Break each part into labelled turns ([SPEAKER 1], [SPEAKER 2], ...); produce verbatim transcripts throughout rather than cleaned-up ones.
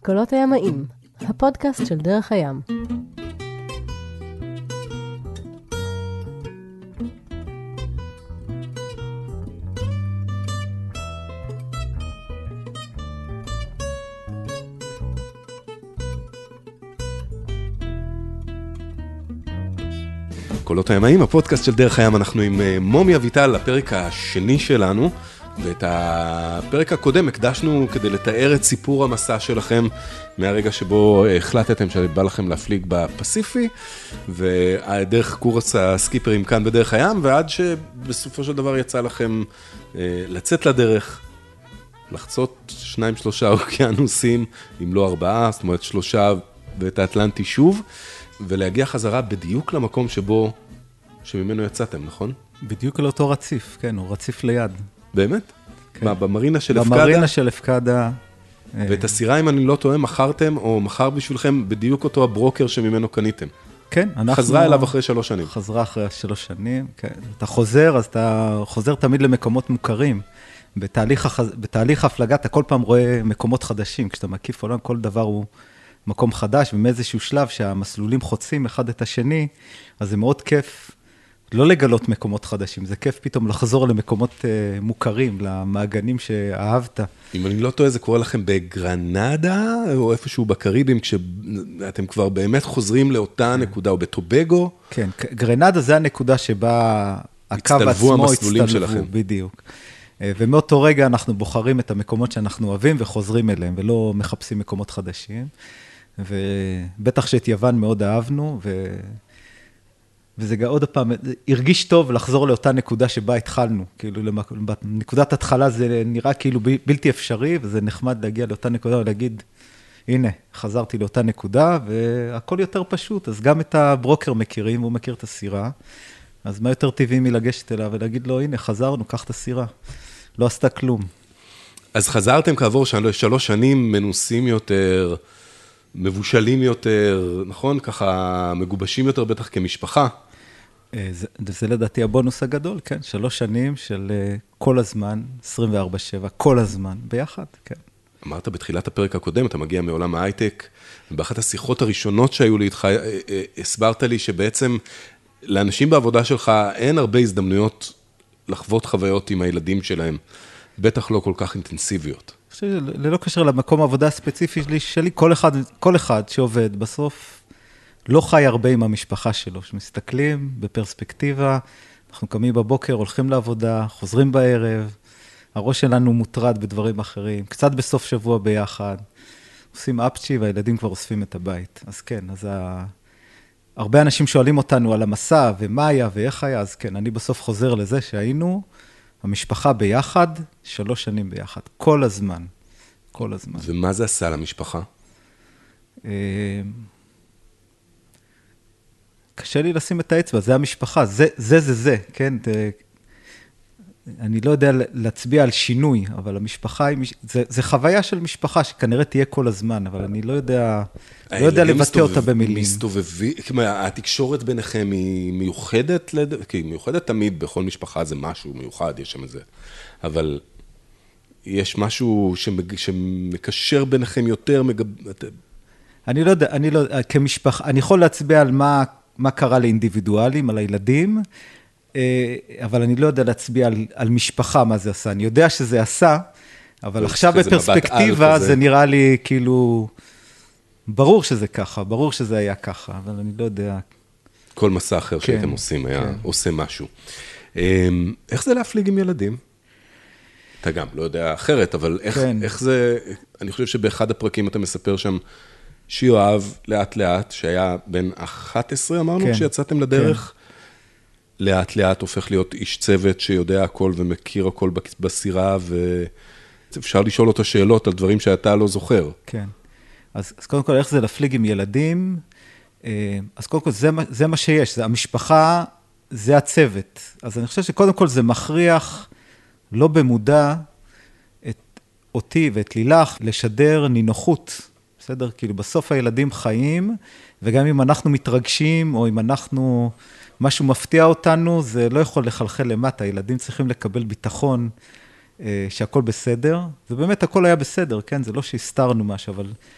[SPEAKER 1] קולות הימאים, הפודקאסט של דרך הים.
[SPEAKER 2] קולות הימאים, הפודקאסט של דרך הים, אנחנו עם מומי אביטל, הפרק השני שלנו, ואת הפרק הקודם הקדשנו כדי לתאר את סיפור המסע שלכם, מהרגע שבו החלטתם שבא לכם להפליג בפסיפי, ודרך קורס הסקיפרים כאן בדרך הים, ועד שבסופו של דבר יצא לכם לצאת לדרך, לחצות שניים שלושה אוקיינוסים, אם לא ארבעה, זאת אומרת שלושה ואת האטלנטי שוב, ולהגיע חזרה בדיוק למקום שבו, שממנו יצאתם, נכון?
[SPEAKER 3] בדיוק לאותו רציף, כן, הוא רציף ליד.
[SPEAKER 2] באמת? כן. מה, במרינה של אפקדה?
[SPEAKER 3] במרינה של אפקדה.
[SPEAKER 2] ואת הסירה, אם אני לא טועה, מכרתם, או מכר בשבילכם בדיוק אותו הברוקר שממנו קניתם.
[SPEAKER 3] כן, אנחנו...
[SPEAKER 2] חזרה אליו אחרי שלוש שנים.
[SPEAKER 3] חזרה אחרי שלוש שנים, כן. אתה חוזר, אז אתה חוזר תמיד למקומות מוכרים. בתהליך, החז... בתהליך ההפלגה, אתה כל פעם רואה מקומות חדשים. כשאתה מקיף עולם, כל דבר הוא מקום חדש, ומאיזשהו שלב שהמסלולים חוצים אחד את השני, אז זה מאוד כיף לא לגלות מקומות חדשים, זה כיף פתאום לחזור למקומות uh, מוכרים, למעגנים שאהבת.
[SPEAKER 2] אם אני לא טועה, זה קורה לכם בגרנדה, או איפשהו בקריבים, כשאתם כבר באמת חוזרים לאותה כן. נקודה, או בטובגו?
[SPEAKER 3] כן, גרנדה זה הנקודה שבה הקו עצמו הצטלבו, שלכם. בדיוק. ומאותו רגע אנחנו בוחרים את המקומות שאנחנו אוהבים, וחוזרים אליהם, ולא מחפשים מקומות חדשים. ובטח שאת יוון מאוד אהבנו, ו... וזה גם עוד הפעם, הרגיש טוב לחזור לאותה נקודה שבה התחלנו, כאילו בנקודת התחלה זה נראה כאילו בלתי אפשרי, וזה נחמד להגיע לאותה נקודה ולהגיד, הנה, חזרתי לאותה נקודה, והכל יותר פשוט, אז גם את הברוקר מכירים, הוא מכיר את הסירה, אז מה יותר טבעי מלגשת אליו ולהגיד לו, הנה, חזרנו, קח את הסירה, לא עשתה כלום.
[SPEAKER 2] אז חזרתם כעבור שלוש שנים מנוסים יותר, מבושלים יותר, נכון? ככה מגובשים יותר בטח כמשפחה.
[SPEAKER 3] זה, זה לדעתי הבונוס הגדול, כן? שלוש שנים של כל הזמן, עשרים וארבע שבע, כל הזמן, ביחד, כן.
[SPEAKER 2] אמרת בתחילת הפרק הקודם, אתה מגיע מעולם ההייטק, ובאחת השיחות הראשונות שהיו לי איתך, הסברת לי שבעצם לאנשים בעבודה שלך אין הרבה הזדמנויות לחוות חוויות עם הילדים שלהם, בטח לא כל כך אינטנסיביות.
[SPEAKER 3] ללא קשר למקום העבודה הספציפי שלי, שלי, כל אחד, כל אחד שעובד בסוף לא חי הרבה עם המשפחה שלו, שמסתכלים בפרספקטיבה, אנחנו קמים בבוקר, הולכים לעבודה, חוזרים בערב, הראש שלנו מוטרד בדברים אחרים, קצת בסוף שבוע ביחד, עושים אפצ'י והילדים כבר אוספים את הבית. אז כן, אז ה... הרבה אנשים שואלים אותנו על המסע ומה היה ואיך היה, אז כן, אני בסוף חוזר לזה שהיינו המשפחה ביחד, שלוש שנים ביחד, כל הזמן, כל הזמן.
[SPEAKER 2] ומה זה עשה למשפחה?
[SPEAKER 3] קשה לי לשים את האצבע, זה המשפחה, זה זה זה, זה כן? אני לא יודע להצביע על שינוי, אבל המשפחה, זה, זה חוויה של משפחה שכנראה תהיה כל הזמן, אבל אני לא יודע, לא יודע לבטא אותה במילים.
[SPEAKER 2] מסתובבי, התקשורת ביניכם היא מיוחדת, כי היא מיוחדת תמיד, בכל משפחה זה משהו מיוחד, יש שם איזה, אבל יש משהו שמקשר ביניכם יותר,
[SPEAKER 3] אני לא יודע, אני לא, כמשפחה, אני יכול להצביע על מה, מה קרה לאינדיבידואלים, על הילדים, אבל אני לא יודע להצביע על, על משפחה מה זה עשה. אני יודע שזה עשה, אבל עכשיו בפרספקטיבה זה נראה לי כאילו, ברור שזה ככה, ברור שזה היה ככה, אבל אני לא יודע.
[SPEAKER 2] כל מסע אחר כן, שהייתם עושים היה כן. עושה משהו. איך זה להפליג עם ילדים? אתה גם לא יודע אחרת, אבל איך, כן. איך זה, אני חושב שבאחד הפרקים אתה מספר שם, שיואב לאט לאט, שהיה בין אחת עשרה אמרנו, כן. כשיצאתם לדרך, כן. לאט לאט הופך להיות איש צוות שיודע הכל ומכיר הכל בסירה, ואפשר לשאול אותו שאלות על דברים שאתה לא זוכר.
[SPEAKER 3] כן. אז, אז קודם כל, איך זה להפליג עם ילדים? אז קודם כל, זה, זה מה שיש. זה המשפחה, זה הצוות. אז אני חושב שקודם כל זה מכריח, לא במודע, את אותי ואת לילך, לשדר נינוחות. בסדר? כאילו, בסוף הילדים חיים, וגם אם אנחנו מתרגשים, או אם אנחנו... משהו מפתיע אותנו, זה לא יכול לחלחל למטה, הילדים צריכים לקבל ביטחון שהכל בסדר, ובאמת הכל היה בסדר, כן? זה לא שהסתרנו משהו, אבל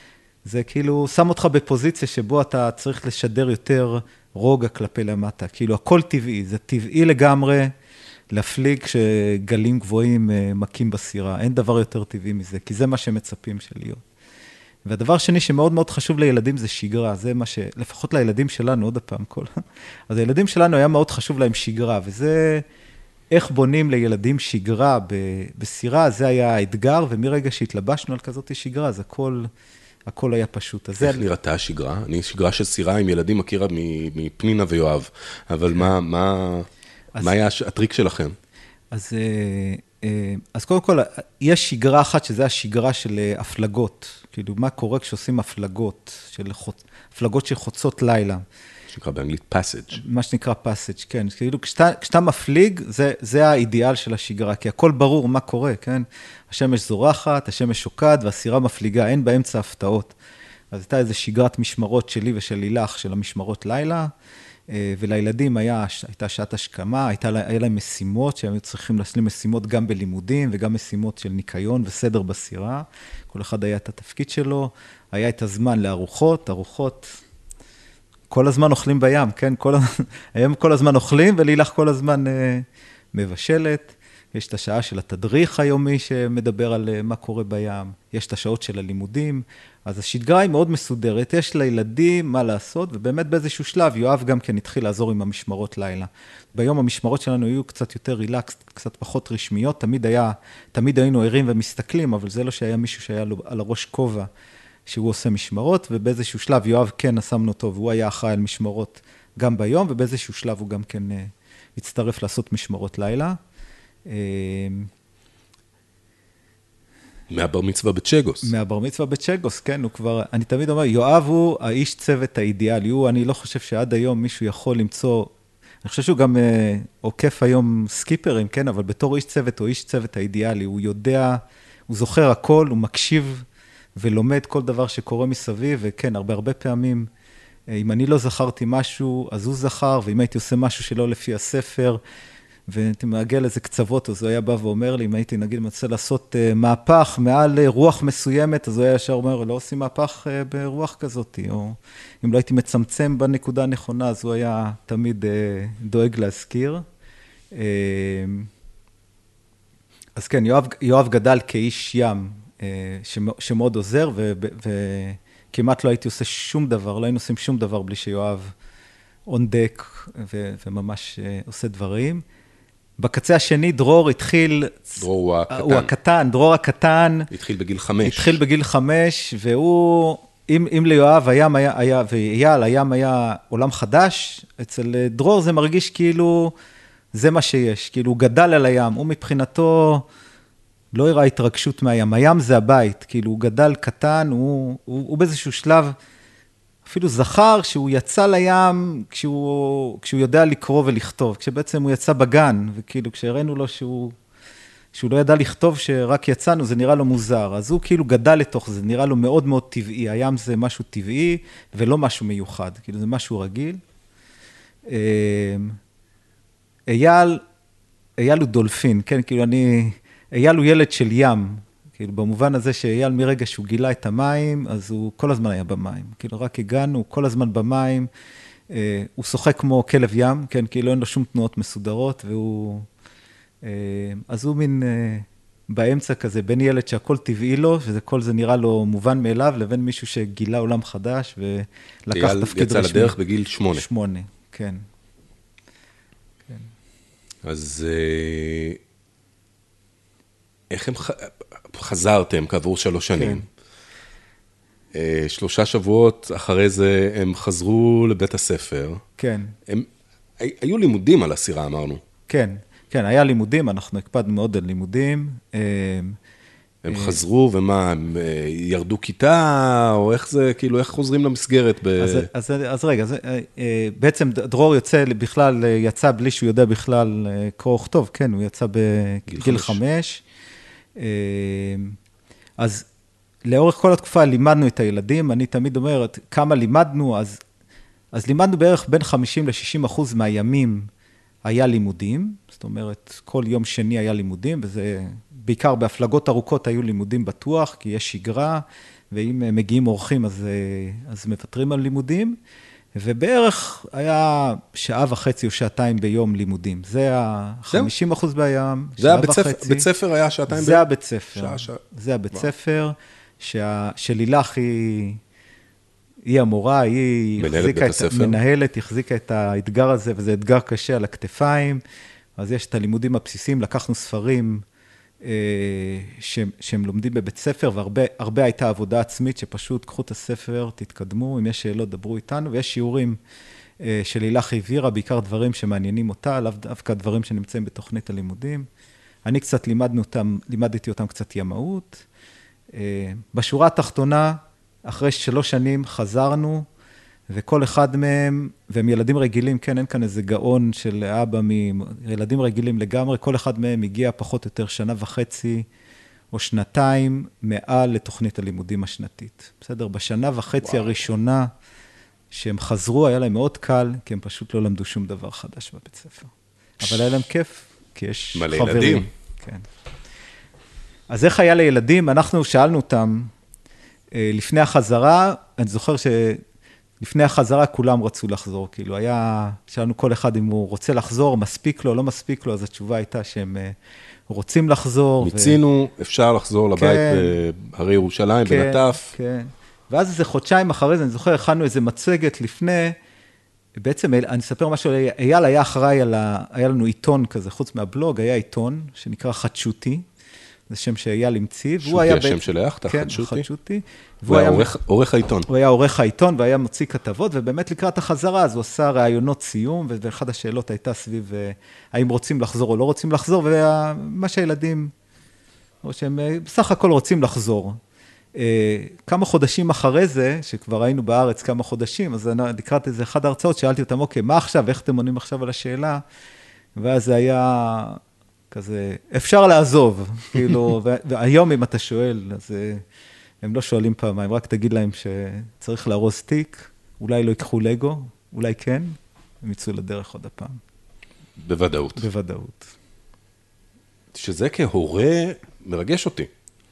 [SPEAKER 3] זה כאילו שם אותך בפוזיציה שבו אתה צריך לשדר יותר רוגע כלפי למטה. כאילו הכל טבעי, זה טבעי לגמרי להפליג כשגלים גבוהים מכים בסירה. אין דבר יותר טבעי מזה, כי זה מה שמצפים של להיות. והדבר שני שמאוד מאוד חשוב לילדים זה שגרה, זה מה שלפחות לילדים שלנו, עוד הפעם כל. אז הילדים שלנו היה מאוד חשוב להם שגרה, וזה איך בונים לילדים שגרה בסירה, זה היה האתגר, ומרגע שהתלבשנו על כזאת שגרה, אז הכל, הכל היה פשוט.
[SPEAKER 2] איך נראתה השגרה? אני שגרה של סירה עם ילדים מכירה מפנינה ויואב, אבל מה, מה, מה היה הטריק שלכם? אז...
[SPEAKER 3] אז קודם כל, יש שגרה אחת, שזה השגרה של הפלגות. כאילו, מה קורה כשעושים הפלגות, של הפלגות שחוצות לילה.
[SPEAKER 2] שנקרא באנגלית passage.
[SPEAKER 3] מה שנקרא passage, כן. כאילו, כשאתה, כשאתה מפליג, זה, זה האידיאל של השגרה, כי הכל ברור מה קורה, כן? השמש זורחת, השמש שוקעת, והסירה מפליגה, אין באמצע הפתעות. אז הייתה איזו שגרת משמרות שלי ושל לילך, של המשמרות לילה, ולילדים היה, הייתה שעת השכמה, הייתה, היה להם משימות, שהם צריכים להשלים משימות גם בלימודים, וגם משימות של ניקיון וסדר בסירה. כל אחד היה את התפקיד שלו, היה את הזמן לארוחות, ארוחות, כל הזמן אוכלים בים, כן? כל, היום כל הזמן אוכלים, ולילך כל הזמן אה, מבשלת. יש את השעה של התדריך היומי שמדבר על מה קורה בים, יש את השעות של הלימודים, אז השגרה היא מאוד מסודרת, יש לילדים מה לעשות, ובאמת באיזשהו שלב, יואב גם כן התחיל לעזור עם המשמרות לילה. ביום המשמרות שלנו היו קצת יותר רילקס, קצת פחות רשמיות, תמיד היה, תמיד היינו ערים ומסתכלים, אבל זה לא שהיה מישהו שהיה לו על הראש כובע, שהוא עושה משמרות, ובאיזשהו שלב יואב כן שמנו אותו, והוא היה אחראי על משמרות גם ביום, ובאיזשהו שלב הוא גם כן הצטרף לעשות משמרות לילה.
[SPEAKER 2] מהבר מצווה בצ'גוס.
[SPEAKER 3] מהבר מצווה בצ'גוס, כן, הוא כבר, אני תמיד אומר, יואב הוא האיש צוות האידיאלי, הוא, אני לא חושב שעד היום מישהו יכול למצוא, אני חושב שהוא גם אה, עוקף היום סקיפרים, כן, אבל בתור איש צוות הוא איש צוות האידיאלי, הוא יודע, הוא זוכר הכל, הוא מקשיב ולומד כל דבר שקורה מסביב, וכן, הרבה הרבה פעמים, אם אני לא זכרתי משהו, אז הוא זכר, ואם הייתי עושה משהו שלא לפי הספר, ואתה מגיע לאיזה קצוות, אז הוא היה בא ואומר לי, אם הייתי נגיד מצא לעשות מהפך מעל רוח מסוימת, אז הוא היה ישר אומר, לא עושים מהפך ברוח כזאת, או אם לא הייתי מצמצם בנקודה הנכונה, אז הוא היה תמיד דואג להזכיר. אז כן, יואב, יואב גדל כאיש ים, שמאוד עוזר, וכמעט לא הייתי עושה שום דבר, לא היינו עושים שום דבר בלי שיואב עונדק, וממש עושה דברים. בקצה השני, דרור התחיל...
[SPEAKER 2] דרור הוא הקטן.
[SPEAKER 3] הוא הקטן, דרור הקטן.
[SPEAKER 2] התחיל בגיל חמש.
[SPEAKER 3] התחיל בגיל חמש, והוא, אם, אם ליואב הים היה, היה, ואייל, הים היה עולם חדש, אצל דרור זה מרגיש כאילו, זה מה שיש, כאילו הוא גדל על הים, הוא מבחינתו לא הראה התרגשות מהים, הים זה הבית, כאילו הוא גדל קטן, הוא, הוא, הוא באיזשהו שלב, אפילו זכר שהוא יצא לים כשהוא, כשהוא יודע לקרוא ולכתוב, כשבעצם הוא יצא בגן, וכאילו כשהראינו לו שהוא, שהוא לא ידע לכתוב שרק יצאנו, זה נראה לו מוזר, אז הוא כאילו גדל לתוך זה, נראה לו מאוד מאוד טבעי, הים זה משהו טבעי ולא משהו מיוחד, כאילו זה משהו רגיל. אייל, אייל הוא דולפין, כן, כאילו אני, אייל הוא ילד של ים, כאילו, במובן הזה שאייל מרגע שהוא גילה את המים, אז הוא כל הזמן היה במים. כאילו, רק הגענו, הוא כל הזמן במים, אה, הוא שוחק כמו כלב ים, כן, כאילו אין לו שום תנועות מסודרות, והוא... אה, אז הוא מין אה, באמצע כזה, בין ילד שהכל טבעי לו, וכל זה נראה לו מובן מאליו, לבין מישהו שגילה עולם חדש, ולקח תפקיד רשמי.
[SPEAKER 2] יצא לדרך בגיל שמונה.
[SPEAKER 3] שמונה, כן.
[SPEAKER 2] כן. אז... אה... איך הם חזרתם כעבור שלוש שנים? כן. שלושה שבועות אחרי זה הם חזרו לבית הספר.
[SPEAKER 3] כן.
[SPEAKER 2] הם, היו לימודים על הסירה, אמרנו.
[SPEAKER 3] כן, כן, היה לימודים, אנחנו הקפדנו מאוד על לימודים.
[SPEAKER 2] הם חזרו, ומה, הם ירדו כיתה, או איך זה, כאילו, איך חוזרים למסגרת? ב...
[SPEAKER 3] אז, אז, אז רגע, אז, בעצם דרור יוצא בכלל, יצא בלי שהוא יודע בכלל קרוא וכתוב, כן, הוא יצא בגיל חמש. אז לאורך כל התקופה לימדנו את הילדים, אני תמיד אומרת, כמה לימדנו, אז, אז לימדנו בערך בין חמישים ל-שישים אחוז מהימים היה לימודים, זאת אומרת, כל יום שני היה לימודים, וזה בעיקר בהפלגות ארוכות היו לימודים בטוח, כי יש שגרה, ואם מגיעים אורחים אז, אז מוותרים על לימודים, ובערך היה שעה וחצי או שעתיים ביום לימודים. זה ה-חמישים אחוז בים, שעה וחצי.
[SPEAKER 2] בית ספר היה שעתיים ביום?
[SPEAKER 3] זה הבית ספר.
[SPEAKER 2] שעה, שעה.
[SPEAKER 3] זה הבית ספר, שלילך היא, היא המורה, היא החזיקה את, מנהלת, החזיקה את האתגר הזה, וזה אתגר קשה על הכתפיים. אז יש את הלימודים הבסיסיים, לקחנו ספרים, שהם, שהם לומדים בבית ספר, והרבה הייתה עבודה עצמית, שפשוט קחו את הספר, תתקדמו, אם יש שאלות, דברו איתנו, ויש שיעורים שלילך העבירה, בעיקר דברים שמעניינים אותה, לאו דווקא דברים שנמצאים בתוכנית הלימודים. אני קצת לימדנו אותם, לימדתי אותם קצת ימאות. בשורה התחתונה, אחרי שלוש שנים חזרנו, וכל אחד מהם, והם ילדים רגילים, כן, אין כאן איזה גאון של אבא, ילדים רגילים לגמרי, כל אחד מהם הגיע פחות או יותר שנה וחצי או שנתיים מעל לתוכנית הלימודים השנתית. בסדר? בשנה וחצי וואו. הראשונה שהם חזרו, היה להם מאוד קל, כי הם פשוט לא למדו שום דבר חדש בבית ספר. אבל היה להם כיף, כי יש
[SPEAKER 2] מלא
[SPEAKER 3] חברים.
[SPEAKER 2] ילדים.
[SPEAKER 3] כן. אז איך היה לילדים? אנחנו שאלנו אותם, לפני החזרה, אני זוכר ש... לפני החזרה כולם רצו לחזור, כאילו היה, שאלנו כל אחד אם הוא רוצה לחזור, מספיק לו, לא מספיק לו, אז התשובה הייתה שהם רוצים לחזור.
[SPEAKER 2] מיצינו, ו... אפשר לחזור לבית כן, בהרי ירושלים,
[SPEAKER 3] כן,
[SPEAKER 2] בנטף.
[SPEAKER 3] כן, ואז איזה חודשיים אחרי זה, אני זוכר, הכנו איזה מצגת לפני, בעצם אני אספר משהו, אייל היה אחראי על ה... היה לנו עיתון כזה, חוץ מהבלוג, היה עיתון שנקרא חדשותי, זה שם שאייל המציא.
[SPEAKER 2] שוטי, השם של היחת,
[SPEAKER 3] כן,
[SPEAKER 2] חדשותי.
[SPEAKER 3] חדשותי.
[SPEAKER 2] והוא היה עורך, עורך העיתון.
[SPEAKER 3] הוא היה עורך העיתון והיה מוציא כתבות, ובאמת לקראת החזרה, אז הוא עשה ראיונות סיום, ואחת השאלות הייתה סביב האם רוצים לחזור או לא רוצים לחזור, ומה שהילדים, או שהם בסך הכל רוצים לחזור. כמה חודשים אחרי זה, שכבר היינו בארץ כמה חודשים, אז לקראת איזה אחד ההרצאות, שאלתי אותם, אוקיי, מה עכשיו, איך אתם עונים עכשיו על השאלה? ואז זה היה כזה, אפשר לעזוב, כאילו, והיום אם אתה שואל, אז הם לא שואלים פעמיים, רק תגיד להם שצריך לארוז תיק, אולי לא ייקחו לגו, אולי כן, הם יצאו לדרך עוד הפעם.
[SPEAKER 2] בוודאות.
[SPEAKER 3] בוודאות.
[SPEAKER 2] שזה כהורה מרגש אותי.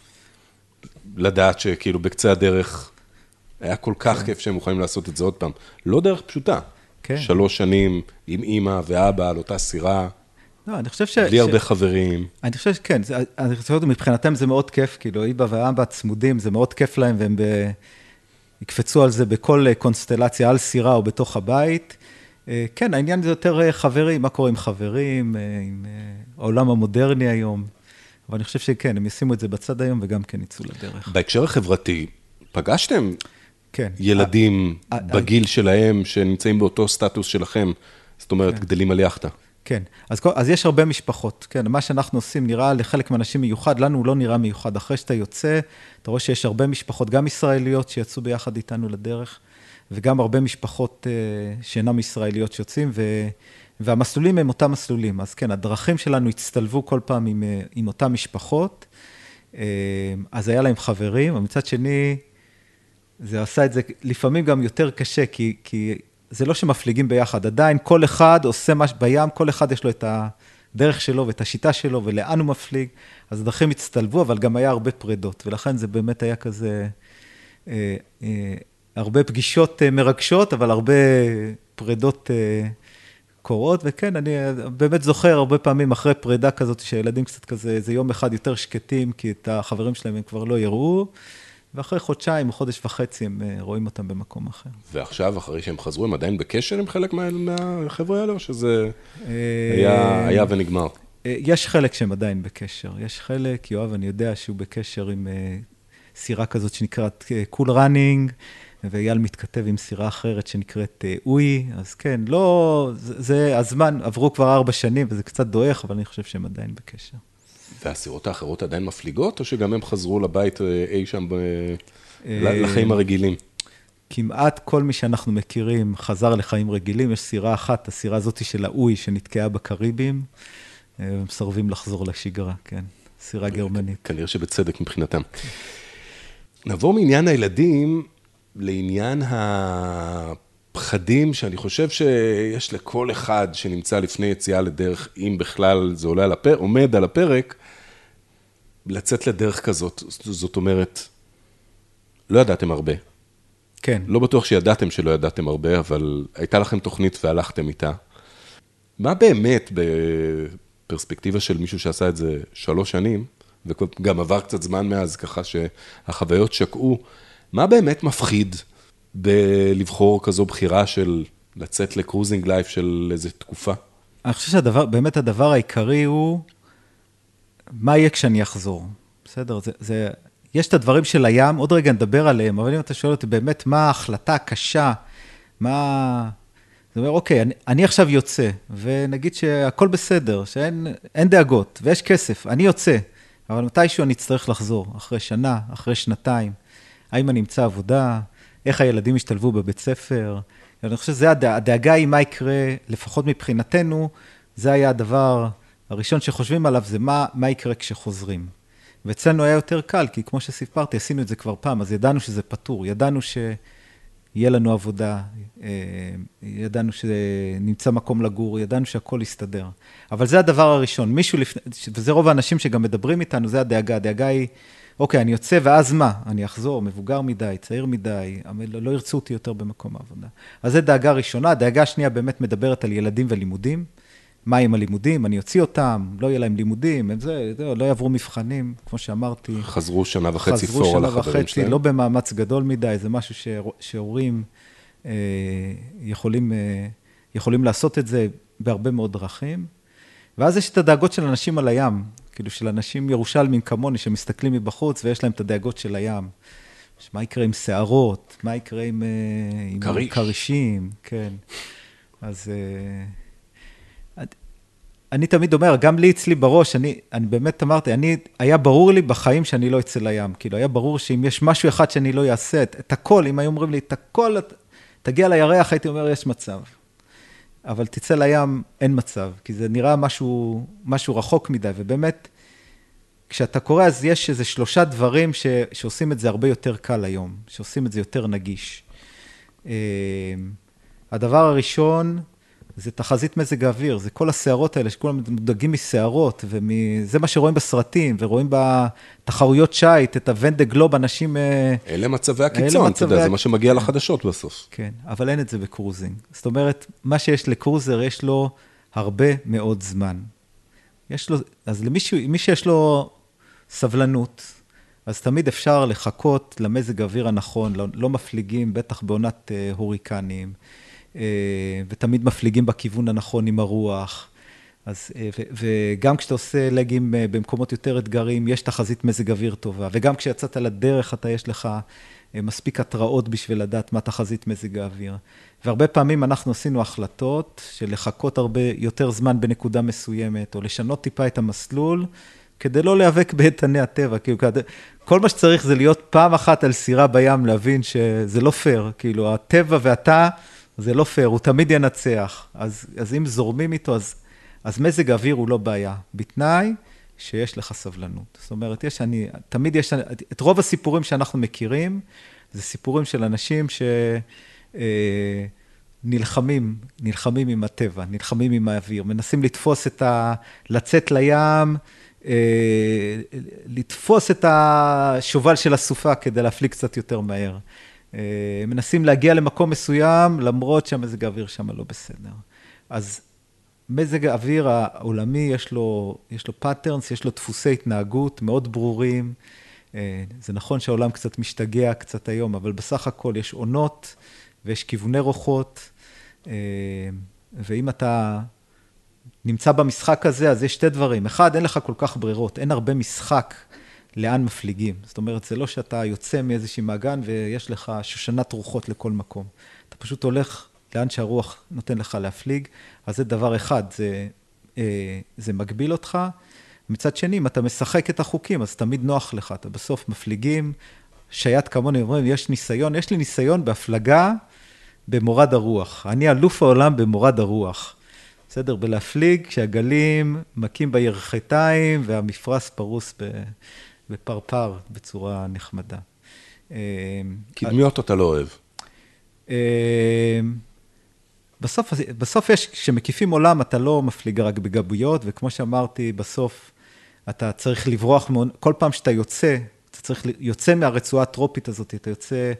[SPEAKER 2] לדעת שכאילו בקצה הדרך היה כל כך כיף שהם מוכנים לעשות את זה עוד פעם. לא דרך פשוטה. כן. שלוש שנים עם אמא ואבא על אותה סירה.
[SPEAKER 3] לא, אני חושב ש...
[SPEAKER 2] בלי הרבה חברים.
[SPEAKER 3] אני חושב שכן, אני חושב שמבחינתם זה מאוד כיף, כאילו, אמא ואבא צמודים, זה מאוד כיף להם, והם יקפצו על זה בכל קונסטלציה, על סירה או בתוך הבית. כן, העניין זה יותר חברים, מה קורה עם חברים, עם העולם המודרני היום. אבל אני חושב שכן, הם ישימו את זה בצד היום, וגם כן יצאו לדרך.
[SPEAKER 2] בהקשר החברתי, פגשתם ילדים בגיל שלהם, שנמצאים באותו סטטוס שלכם, זאת אומרת, גדלים על יחטה?
[SPEAKER 3] כן, אז, אז יש הרבה משפחות, כן, מה שאנחנו עושים נראה לחלק מהאנשים מיוחד, לנו הוא לא נראה מיוחד, אחרי שאתה יוצא, אתה רואה שיש הרבה משפחות, גם ישראליות שיצאו ביחד איתנו לדרך, וגם הרבה משפחות שאינם ישראליות שיוצאים, ו, והמסלולים הם אותם מסלולים, אז כן, הדרכים שלנו הצטלבו כל פעם עם, עם אותם משפחות, אז היה להם חברים, ומצד שני, זה עשה את זה לפעמים גם יותר קשה, כי, כי זה לא שמפליגים ביחד, עדיין כל אחד עושה משהו בים, כל אחד יש לו את הדרך שלו ואת השיטה שלו, ולאן הוא מפליג, אז הדרכים הצטלבו, אבל גם היה הרבה פרדות, ולכן זה באמת היה כזה, אה, אה, הרבה פגישות אה, מרגשות, אבל הרבה פרדות אה, קורות, וכן, אני באמת זוכר הרבה פעמים אחרי פרידה כזאת, שהילדים קצת כזה, זה יום אחד יותר שקטים, כי את החברים שלהם הם כבר לא יראו, ואחרי חודשיים או חודש וחצי הם רואים אותם במקום אחר.
[SPEAKER 2] ועכשיו, אחרי שהם חזרו, הם עדיין בקשר עם חלק מהחבר'ה האלה, או שזה היה, היה ונגמר?
[SPEAKER 3] יש חלק שהם עדיין בקשר. יש חלק, יואב, אני יודע שהוא בקשר עם סירה כזאת שנקראת Cool Running, ואייל מתכתב עם סירה אחרת שנקראת אוי, אז כן, לא, זה, זה הזמן, עברו כבר ארבע שנים, וזה קצת דועך, אבל אני חושב שהם עדיין בקשר.
[SPEAKER 2] והסירות האחרות עדיין מפליגות, או שגם הם חזרו לבית אי שם לחיים הרגילים?
[SPEAKER 3] כמעט כל מי שאנחנו מכירים חזר לחיים רגילים. יש סירה אחת, הסירה הזאת של האוי, שנתקעה בקריבים, ומסרבים לחזור לשגרה, כן. סירה גרמנית.
[SPEAKER 2] כנראה שבצדק מבחינתם. נעבור מעניין הילדים לעניין פחדים שאני חושב שיש לכל אחד שנמצא לפני יציאה לדרך, אם בכלל זה עולה על הפרק, עומד על הפרק, לצאת לדרך כזאת. זאת אומרת, לא ידעתם הרבה.
[SPEAKER 3] כן.
[SPEAKER 2] לא בטוח שידעתם שלא ידעתם הרבה, אבל הייתה לכם תוכנית והלכתם איתה. מה באמת בפרספקטיבה של מישהו שעשה את זה שלוש שנים, וגם עבר קצת זמן מאז, ככה שהחוויות שקעו, מה באמת מפחיד בלבחור כזו בחירה של לצאת לקרוזינג לייף של איזו תקופה?
[SPEAKER 3] אני חושב שהדבר, באמת הדבר העיקרי הוא, מה יהיה כשאני אחזור? בסדר, זה, זה, יש את הדברים של הים, עוד רגע נדבר עליהם, אבל אם אתה שואל אותי באמת מה ההחלטה הקשה, מה... זאת אומרת, אוקיי, אני, אני עכשיו יוצא, ונגיד שהכל בסדר, שאין אין דאגות, ויש כסף, אני יוצא, אבל מתישהו אני אצטרך לחזור, אחרי שנה, אחרי שנתיים, האם אני אמצא עבודה, איך הילדים ישתלבו בבית ספר, אני חושב שזה הדאגה היא מה יקרה, לפחות מבחינתנו, זה היה הדבר הראשון שחושבים עליו, זה מה, מה יקרה כשחוזרים. ואצלנו היה יותר קל, כי כמו שסיפרתי, עשינו את זה כבר פעם, אז ידענו שזה פתור, ידענו שיהיה לנו עבודה, ידענו שנמצא מקום לגור, ידענו שהכל יסתדר. אבל זה הדבר הראשון, מישהו לפני, וזה רוב האנשים שגם מדברים איתנו, זה הדאגה, הדאגה היא, אוקיי, אני יוצא, ואז מה? אני אחזור, מבוגר מדי, צעיר מדי, לא ירצו אותי יותר במקום העבודה. אז זה דאגה ראשונה, הדאגה השנייה באמת מדברת על ילדים ולימודים, מה עם הלימודים, אני אוציא אותם, לא יהיה להם לימודים, זה, זה, לא יעברו מבחנים, כמו שאמרתי.
[SPEAKER 2] חזרו שנה וחצי פור על החברים שלהם.
[SPEAKER 3] לא במאמץ גדול מדי, זה משהו שהורים אה, יכולים, אה, יכולים לעשות את זה בהרבה מאוד דרכים. ואז יש את הדאגות של אנשים על הים, כאילו של אנשים ירושלמים כמוני, שמסתכלים מבחוץ ויש להם את הדאגות של הים. מה יקרה עם שערות, מה יקרה עם, עם
[SPEAKER 2] קריש.
[SPEAKER 3] קרישים, כן. אז... אני תמיד אומר, גם לי אצלי בראש, אני, אני באמת אמרתי, אני, היה ברור לי בחיים שאני לא אצא לים, כאילו, היה ברור שאם יש משהו אחד שאני לא אעשה, את, את הכל, אם היו אומרים לי, את הכל, תגיע לירח, הייתי אומר, יש מצב. אבל תצא לים, אין מצב, כי זה נראה משהו, משהו רחוק מדי, ובאמת, כשאתה קורא, אז יש איזה שלושה דברים ש, שעושים את זה הרבה יותר קל היום, שעושים את זה יותר נגיש. הדבר הראשון, זה תחזית מזג האוויר, זה כל השערות האלה, שכולם מודאגים משערות, וזה מה שרואים בסרטים, ורואים בתחרויות שייט, את הוונדה גלוב, אנשים...
[SPEAKER 2] אלה מצבי הקיצון, אתה יודע, זה מה שמגיע לחדשות בסוף.
[SPEAKER 3] כן, אבל אין את זה בקרוזינג. זאת אומרת, מה שיש לקרוזר, יש לו הרבה מאוד זמן. יש לו, אז למישהו, מי שיש לו סבלנות, אז תמיד אפשר לחכות למזג האוויר הנכון, לא, לא מפליגים, בטח בעונת הוריקנים, ותמיד מפליגים בכיוון הנכון עם הרוח. אז, ו, וגם כשאתה עושה לגים במקומות יותר אתגרים, יש תחזית מזג אוויר טובה. וגם כשיצאת לדרך, אתה יש לך מספיק התראות בשביל לדעת מה תחזית מזג האוויר. והרבה פעמים אנחנו עשינו החלטות של לחכות הרבה יותר זמן בנקודה מסוימת, או לשנות טיפה את המסלול, כדי לא להיאבק באיתני הטבע. כאילו, כל מה שצריך זה להיות פעם אחת על סירה בים, להבין שזה לא פייר. כאילו, הטבע ואתה... זה לא פייר, הוא תמיד ינצח. אז, אז אם זורמים איתו, אז, אז מזג האוויר הוא לא בעיה. בתנאי שיש לך סבלנות. זאת אומרת, יש, אני, תמיד יש, את רוב הסיפורים שאנחנו מכירים, זה סיפורים של אנשים שנלחמים, נלחמים עם הטבע, נלחמים עם האוויר, מנסים לתפוס את ה... לצאת לים, לתפוס את השובל של הסופה כדי להפליג קצת יותר מהר. מנסים להגיע למקום מסוים, למרות שהמזג האוויר שם לא בסדר. אז מזג האוויר העולמי, יש לו, יש לו פאטרנס, יש לו דפוסי התנהגות מאוד ברורים. זה נכון שהעולם קצת משתגע קצת היום, אבל בסך הכל יש עונות ויש כיווני רוחות. ואם אתה נמצא במשחק הזה, אז יש שתי דברים. אחד, אין לך כל כך ברירות, אין הרבה משחק. לאן מפליגים. זאת אומרת, זה לא שאתה יוצא מאיזושהי מעגן ויש לך שושנת רוחות לכל מקום. אתה פשוט הולך לאן שהרוח נותן לך להפליג, אז זה דבר אחד, זה, זה מגביל אותך. מצד שני, אם אתה משחק את החוקים, אז תמיד נוח לך. אתה בסוף מפליגים, שייט כמוני אומרים, יש ניסיון, יש לי ניסיון בהפלגה במורד הרוח. אני אלוף העולם במורד הרוח. בסדר, בלהפליג, כשהגלים מכים בירכתיים והמפרש פרוס ב... בפרפר בצורה נחמדה.
[SPEAKER 2] קדמיות אתה לא אוהב.
[SPEAKER 3] בסוף, בסוף יש, כשמקיפים עולם, אתה לא מפליג רק בגבויות, וכמו שאמרתי, בסוף אתה צריך לברוח, כל פעם שאתה יוצא, אתה צריך, יוצא מהרצועה הטרופית הזאת, אתה יוצא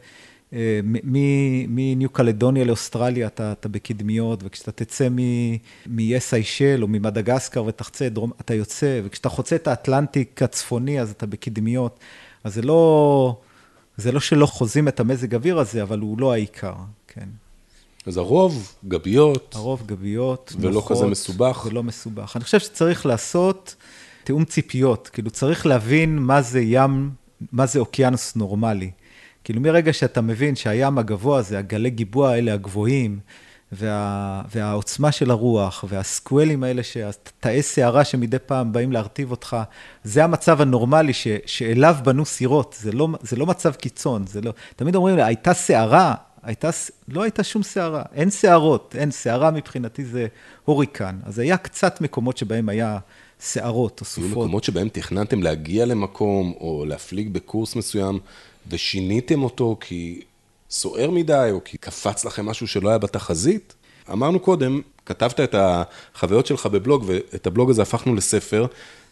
[SPEAKER 3] מניו קלדוניה לאוסטרליה, אתה, אתה בקדמיות, וכשאתה תצא מאיי סיישל או ממדגסקר ותחצה דרום, אתה יוצא, וכשאתה חוצה את האטלנטיק הצפוני, אז אתה בקדמיות. אז זה לא, זה לא שלא חוזים את המזג אוויר הזה, אבל הוא לא העיקר, כן.
[SPEAKER 2] אז הרוב גביות.
[SPEAKER 3] הרוב גביות.
[SPEAKER 2] ולא נוחות, כזה מסובך.
[SPEAKER 3] ולא מסובך. אני חושב שצריך לעשות תיאום ציפיות, כאילו צריך להבין מה זה ים, מה זה אוקיינוס נורמלי. כאילו מרגע שאתה מבין שהים הגבוה הזה, הגלי גיבוע האלה הגבוהים, וה, והעוצמה של הרוח, והסקואלים האלה, שהתאי שערה שמדי פעם באים להרטיב אותך, זה המצב הנורמלי ש, שאליו בנו סירות, זה לא, זה לא מצב קיצון, זה לא, תמיד אומרים לי, הייתה שערה, הייתה, לא הייתה שום שערה, אין שערות, אין שערה מבחינתי זה הוריקן, אז היה קצת מקומות שבהם היה שערות או סופות.
[SPEAKER 2] היו מקומות שבהם תכננתם להגיע למקום, או להפליג בקורס מסוים, ושיניתם אותו כי סוער מדי, או כי קפץ לכם משהו שלא היה בתחזית. אמרנו קודם, כתבת את החוויות שלך בבלוג, ואת הבלוג הזה הפכנו לספר.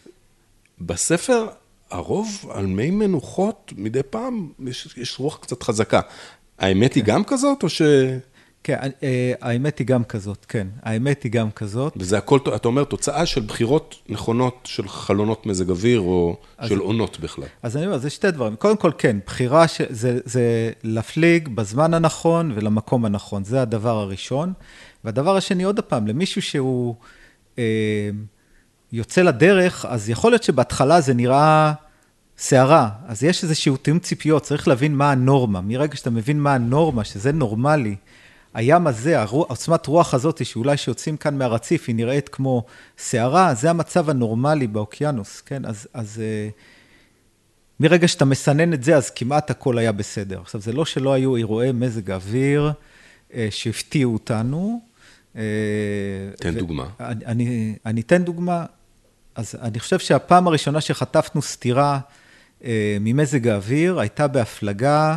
[SPEAKER 2] בספר, הרוב על מי מנוחות, מדי פעם, יש, יש רוח קצת חזקה. האמת היא גם כזאת, או ש...
[SPEAKER 3] כן, האמת היא גם כזאת, כן. האמת היא גם כזאת.
[SPEAKER 2] וזה הכל, אתה אומר, תוצאה של בחירות נכונות של חלונות מזג אוויר, או של עונות בכלל.
[SPEAKER 3] אז אני אומר, זה שתי דברים. קודם כל, כן, בחירה זה, זה להפליג בזמן הנכון ולמקום הנכון. זה הדבר הראשון. והדבר השני, עוד הפעם, למישהו שהוא אה, יוצא לדרך, אז יכול להיות שבהתחלה זה נראה שערה. אז יש איזשהו תיאום ציפיות, צריך להבין מה הנורמה. מרגע שאתה מבין מה הנורמה, שזה נורמלי, הים הזה, העוצמת רוח הזאת, שאולי שיוצאים כאן מהרציף, היא נראית כמו שערה, זה המצב הנורמלי באוקיינוס, כן? אז, אז מרגע שאתה מסנן את זה, אז כמעט הכל היה בסדר. עכשיו, זה לא שלא היו אירועי מזג אוויר שהפתיעו אותנו.
[SPEAKER 2] תן דוגמה.
[SPEAKER 3] אני, אני, אני אתן דוגמה. אז אני חושב שהפעם הראשונה שחטפנו סתירה ממזג האוויר, הייתה בהפלגה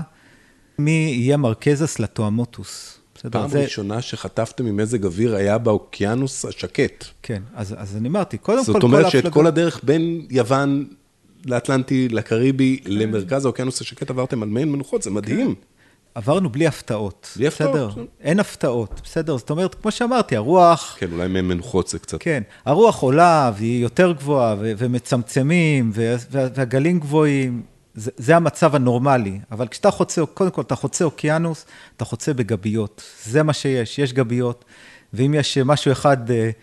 [SPEAKER 3] מאיי מרקזס לטואמוטוס.
[SPEAKER 2] פעם זה... ראשונה שחטפתם ממזג אוויר היה באוקיינוס השקט.
[SPEAKER 3] כן, אז, אז אני אמרתי, קודם כל...
[SPEAKER 2] זאת אומרת שאת כל הדרך בין יוון לאטלנטי, לקריבי, כן. למרכז האוקיינוס השקט עברתם על מי מנוחות, זה מדהים. כן.
[SPEAKER 3] עברנו בלי הפתעות.
[SPEAKER 2] בלי הפתעות.
[SPEAKER 3] בסדר, אין הפתעות, בסדר. זאת אומרת, כמו שאמרתי, הרוח...
[SPEAKER 2] כן, אולי מי מנוחות זה קצת.
[SPEAKER 3] כן, הרוח עולה והיא יותר גבוהה ו- ומצמצמים וה- והגלים גבוהים. זה, זה המצב הנורמלי, אבל כשאתה חוצה, קודם כל אתה חוצה אוקיינוס, אתה חוצה בגביות, זה מה שיש, יש גביות, ואם יש משהו אחד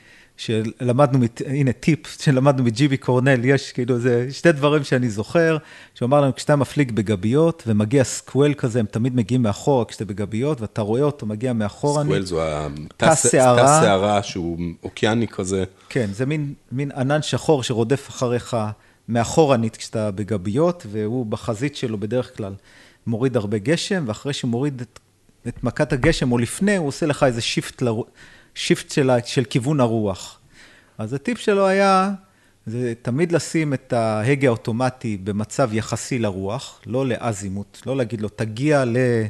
[SPEAKER 3] שלמדנו, הנה טיפ שלמדנו מג'י בי קורנל, יש כאילו זה שתי דברים שאני זוכר, שאומר לנו כשאתה מפליג בגביות, ומגיע סקואל כזה, הם תמיד מגיעים מאחורה כשאתה בגביות, ואתה רואה אותו מגיע מאחורה.
[SPEAKER 2] סקואל זו תא שערה שהוא אוקיאני כזה.
[SPEAKER 3] כן, זה מין, מין ענן שחור שרודף אחריך, מאחורנית כשאתה בגביות, והוא בחזית שלו בדרך כלל מוריד הרבה גשם, ואחרי שהוא מוריד את, את מכת הגשם, או לפני, הוא עושה לך איזה שיפט, שיפט של, של כיוון הרוח. אז הטיפ שלו היה, זה תמיד לשים את ההגה האוטומטי במצב יחסי לרוח, לא לאזימות, לא להגיד לו, תגיע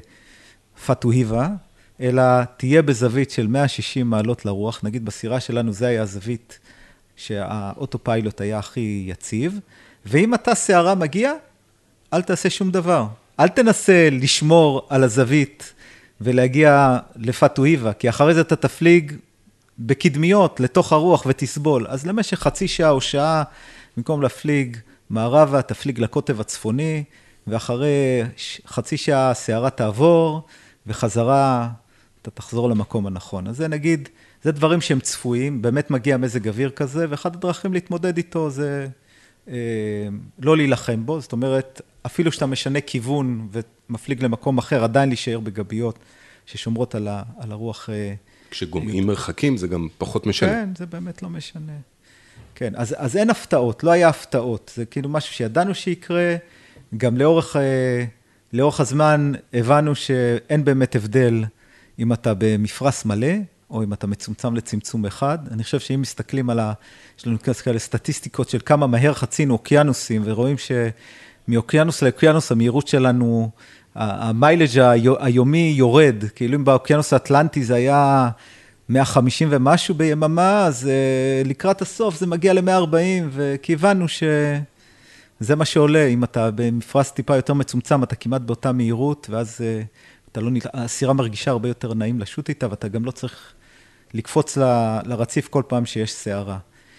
[SPEAKER 3] לפתוהיבה, אלא תהיה בזווית של מאה ושישים מעלות לרוח, נגיד בסירה שלנו זה היה הזווית, שהאוטופיילוט היה הכי יציב, ואם אתה שערה מגיע, אל תעשה שום דבר. אל תנסה לשמור על הזווית ולהגיע לפתוהיבה, כי אחרי זה אתה תפליג בקדמיות לתוך הרוח ותסבול. אז למשך חצי שעה או שעה, במקום להפליג מערבה, תפליג לקוטב הצפוני, ואחרי חצי שעה שערה תעבור, וחזרה אתה תחזור למקום הנכון. אז זה נגיד... זה דברים שהם צפויים, באמת מגיע מזג אוויר כזה, ואחד הדרכים להתמודד איתו זה אה, לא להילחם בו, זאת אומרת, אפילו שאתה משנה כיוון ומפליג למקום אחר, עדיין להישאר בגביות ששומרות על, ה, על הרוח. אה,
[SPEAKER 2] כשגומעים מרחקים זה גם פחות משנה.
[SPEAKER 3] כן, זה באמת לא משנה. כן, אז, אז אין הפתעות, לא היה הפתעות, זה כאילו משהו שידענו שיקרה, גם לאורך, אה, לאורך הזמן הבנו שאין באמת הבדל אם אתה במפרס מלא, או אם אתה מצומצם לצמצום אחד. אני חושב שאם מסתכלים על ה... יש לנו כאלה סטטיסטיקות של כמה מהר חצינו אוקיינוסים, ורואים שמאוקיינוס לאוקיינוס המהירות שלנו המיילג' היומי יורד, כאילו אם באוקיינוס האטלנטי זה היה מאה וחמישים ומשהו ביממה, אז לקראת הסוף זה מגיע ל-מאה וארבעים, וכי הבנו שזה מה שעולה, אם אתה במפרש טיפה יותר מצומצם, אתה כמעט באותה מהירות, ואז אתה לא, הסירה מרגישה הרבה יותר נעים לשוט איתה, ואתה גם לא צריך לקפוץ ל, לרציף כל פעם שיש שערה.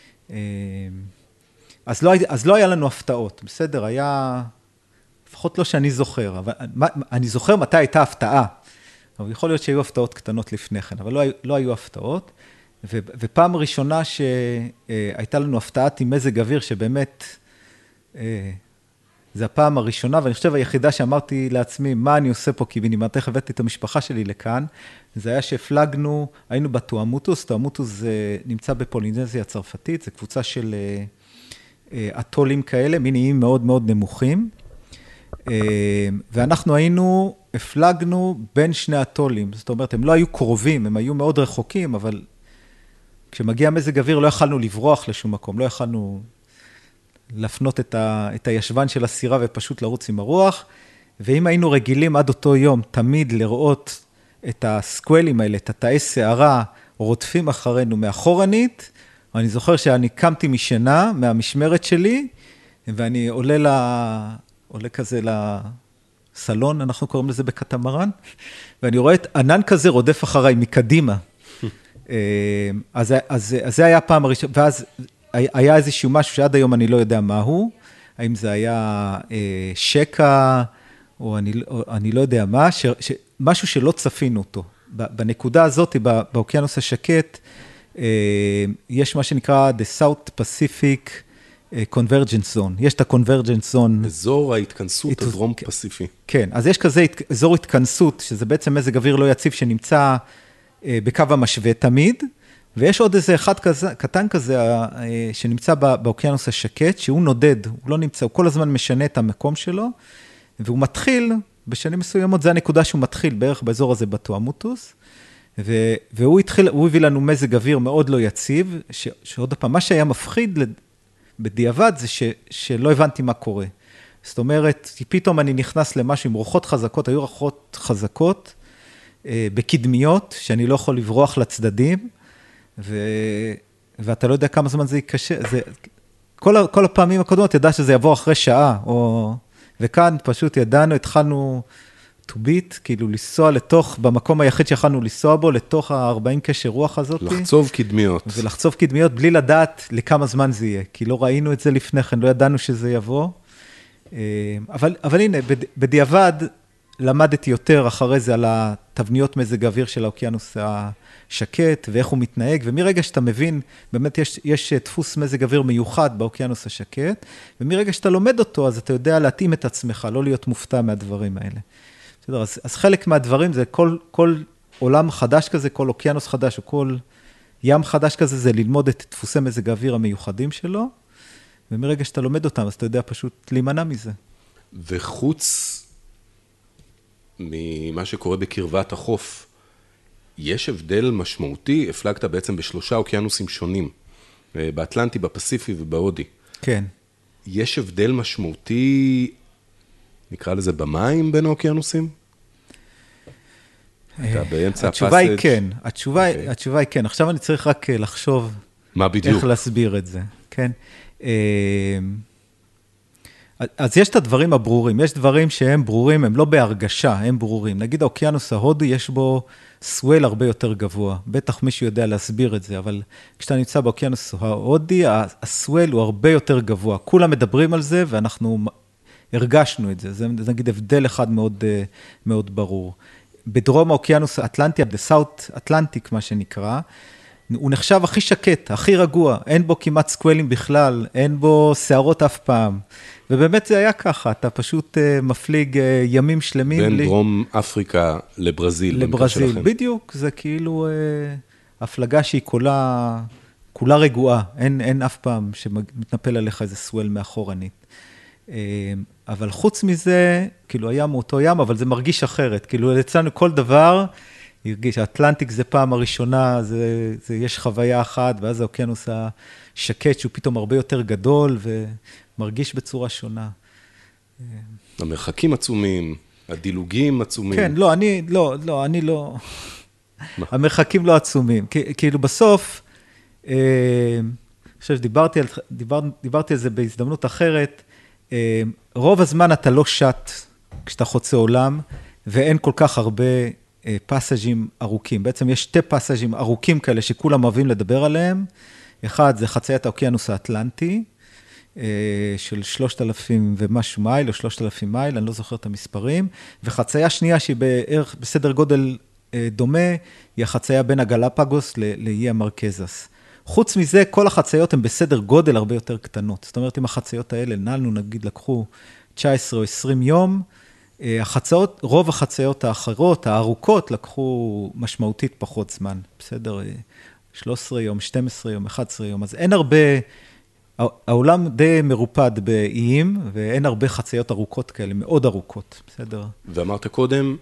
[SPEAKER 3] אז לא, אז לא היה לנו הפתעות, בסדר, היה, לפחות לא שאני זוכר, אבל אני זוכר מתי הייתה הפתעה, אבל יכול להיות שהיו הפתעות קטנות לפני כן, אבל לא, לא היו הפתעות, ו, ופעם ראשונה שהייתה לנו הפתעת עם מזג אוויר, שבאמת, זה הפעם הראשונה, ואני חושב היחידה שאמרתי לעצמי, מה אני עושה פה, כי בנימתך הבאתי את המשפחה שלי לכאן, זה היה שהפלגנו, היינו בטואמוטוס, טואמוטוס זה נמצא בפולינזיה הצרפתית, זה קבוצה של אטולים כאלה, מין איים מאוד מאוד נמוכים, ואנחנו היינו, הפלגנו בין שני אטולים, זאת אומרת, הם לא היו קרובים, הם היו מאוד רחוקים, אבל כשמגיע מזג אוויר לא יכלנו לברוח לשום מקום, לא יכלנו להפנות את, ה, את הישבן של הסירה ופשוט לרוץ עם הרוח, ואם היינו רגילים עד אותו יום תמיד לראות את הסקואלים האלה, את התאי שערה, רודפים אחרינו מאחורנית, אני זוכר שאני קמתי משינה מהמשמרת שלי, ואני עולה, ל, עולה כזה לסלון, אנחנו קוראים לזה בקטמרן, ואני רואה את ענן כזה רודף אחריי מקדימה. אז, אז, אז זה היה הפעם הראשונה, ואז היה איזשהו משהו שעד היום אני לא יודע מהו, האם זה היה אה, שקע, או אני, או אני לא יודע מה, ש, ש, משהו שלא צפינו אותו. בנקודה הזאת, באוקיינוס השקט, אה, יש מה שנקרא The South Pacific Convergence Zone. יש את ה-Convergence Zone.
[SPEAKER 2] אזור ההתכנסות הדרום פסיפי.
[SPEAKER 3] כן, אז יש כזה אזור התכנסות, שזה בעצם מזג אוויר לא יציב, שנמצא אה, בקו המשווה תמיד, ויש עוד איזה אחד כזה, קטן כזה, שנמצא באוקיינוס השקט, שהוא נודד, הוא לא נמצא, הוא כל הזמן משנה את המקום שלו, והוא מתחיל, בשנים מסוימות, זה הנקודה שהוא מתחיל, בערך באזור הזה בטואמוטוס, והוא התחיל, הוא הביא לנו מזג אוויר מאוד לא יציב, ש, שעוד פעם, מה שהיה מפחיד בדיעבד, זה ש, שלא הבנתי מה קורה. זאת אומרת, פתאום אני נכנס למשהו עם רוחות חזקות, היו רוחות חזקות, בקדמיות, שאני לא יכול לברוח לצדדים, ו... ואתה לא יודע כמה זמן זה יקשה, זה... כל, ה... כל הפעמים הקודמות ידע שזה יבוא אחרי שעה, או... וכאן פשוט ידענו, התחלנו to beat, כאילו לנסוע לתוך, במקום היחיד שיכולנו לנסוע בו, לתוך ה-ארבעים קשר רוח הזאת.
[SPEAKER 2] לחצוב קדמיות.
[SPEAKER 3] ולחצוב קדמיות בלי לדעת לכמה זמן זה יהיה, כי לא ראינו את זה לפני כן, לא ידענו שזה יבוא. אבל, אבל הנה, בדיעבד למדתי יותר אחרי זה על התבניות מזג האוויר של האוקיינוס השקט, ואיך הוא מתנהג, ומרגע שאתה מבין, באמת יש, יש דפוס מזג אוויר מיוחד באוקיינוס השקט, ומרגע שאתה לומד אותו, אז אתה יודע להתאים את עצמך, לא להיות מופתע מהדברים האלה. בסדר, אז, אז חלק מהדברים זה כל, כל עולם חדש כזה, כל אוקיינוס חדש, או כל ים חדש כזה, זה ללמוד את דפוסי מזג האוויר המיוחדים שלו, ומרגע שאתה לומד אותם, אז אתה יודע פשוט להימנע מזה.
[SPEAKER 2] וחוץ ממה שקורה בקרבת החוף, יש הבדל משמעותי, הפלגת בעצם בשלושה אוקיינוסים שונים, באטלנטי, בפסיפי ובהודי.
[SPEAKER 3] כן.
[SPEAKER 2] יש הבדל משמעותי, נקרא לזה במים בין האוקיינוסים? אתה באמצע הפסאג'.
[SPEAKER 3] התשובה היא כן, התשובה, okay. התשובה היא כן. עכשיו אני צריך רק לחשוב
[SPEAKER 2] מה בדיוק?
[SPEAKER 3] איך להסביר את זה. כן. אז יש את הדברים הברורים, יש דברים שהם ברורים, הם לא בהרגשה, הם ברורים. נגיד האוקיינוס ההודי, יש בו סוויל הרבה יותר גבוה. בטח מישהו יודע להסביר את זה, אבל כשאתה נמצא באוקיינוס ההודי, הסוויל הוא הרבה יותר גבוה. כולם מדברים על זה, ואנחנו הרגשנו את זה. זה נגיד הבדל אחד מאוד, מאוד ברור. בדרום האוקיינוס האטלנטי, the South Atlantic, מה שנקרא, הוא נחשב הכי שקט, הכי רגוע, אין בו כמעט סקואלים בכלל, אין בו שערות אף פעם. ובאמת זה היה ככה, אתה פשוט uh, מפליג uh, ימים שלמים.
[SPEAKER 2] בין לי... דרום אפריקה לברזיל.
[SPEAKER 3] לברזיל, בדיוק, זה כאילו uh, הפלגה שהיא כולה, כולה רגועה, אין, אין אף פעם שמתנפל עליך איזה סואל מאחורנית. Uh, אבל חוץ מזה, כאילו הים הוא אותו ים, אבל זה מרגיש אחרת, כאילו אצלנו כל דבר, הרגיש, האטלנטיק זה פעם הראשונה, זה, זה, יש חוויה אחת, ואז האוקיינוס השקט, שהוא פתאום הרבה יותר גדול, ומרגיש בצורה שונה.
[SPEAKER 2] המרחקים עצומים. הדילוגים עצומים.
[SPEAKER 3] כן, לא, אני לא, לא, אני לא... המרחקים לא עצומים. כאילו בסוף, אני חושב שדיברתי על, דיבר, דיברתי על זה בהזדמנות אחרת, רוב הזמן אתה לא שט כשאתה חוצה עולם, ואין כל כך הרבה פסאז'ים ארוכים. בעצם יש שתי פסאז'ים ארוכים כאלה שכולם אוהבים לדבר עליהם. אחד זה חציית האוקיינוס האטלנטי, של שלושת אלפים ומשהו מייל, או שלושת אלפים מייל, אני לא זוכר את המספרים, וחצייה שנייה שהיא בערך בסדר גודל דומה, היא החצייה בין הגלפגוס לאי המרקזס. חוץ מזה, כל החציות הן בסדר גודל הרבה יותר קטנות. זאת אומרת, אם החציות האלה, נעלנו, נגיד, לקחו תשע עשרה או עשרים יום, החציות, רוב החציות האחרות, הארוכות, לקחו משמעותית פחות זמן. בסדר, שלושה עשר יום, שנים עשר יום, אחד עשר יום. אז אין הרבה, העולם די מרופד באיים, ואין הרבה חציות ארוכות כאלה, מאוד ארוכות. בסדר.
[SPEAKER 2] ואמרת קודם,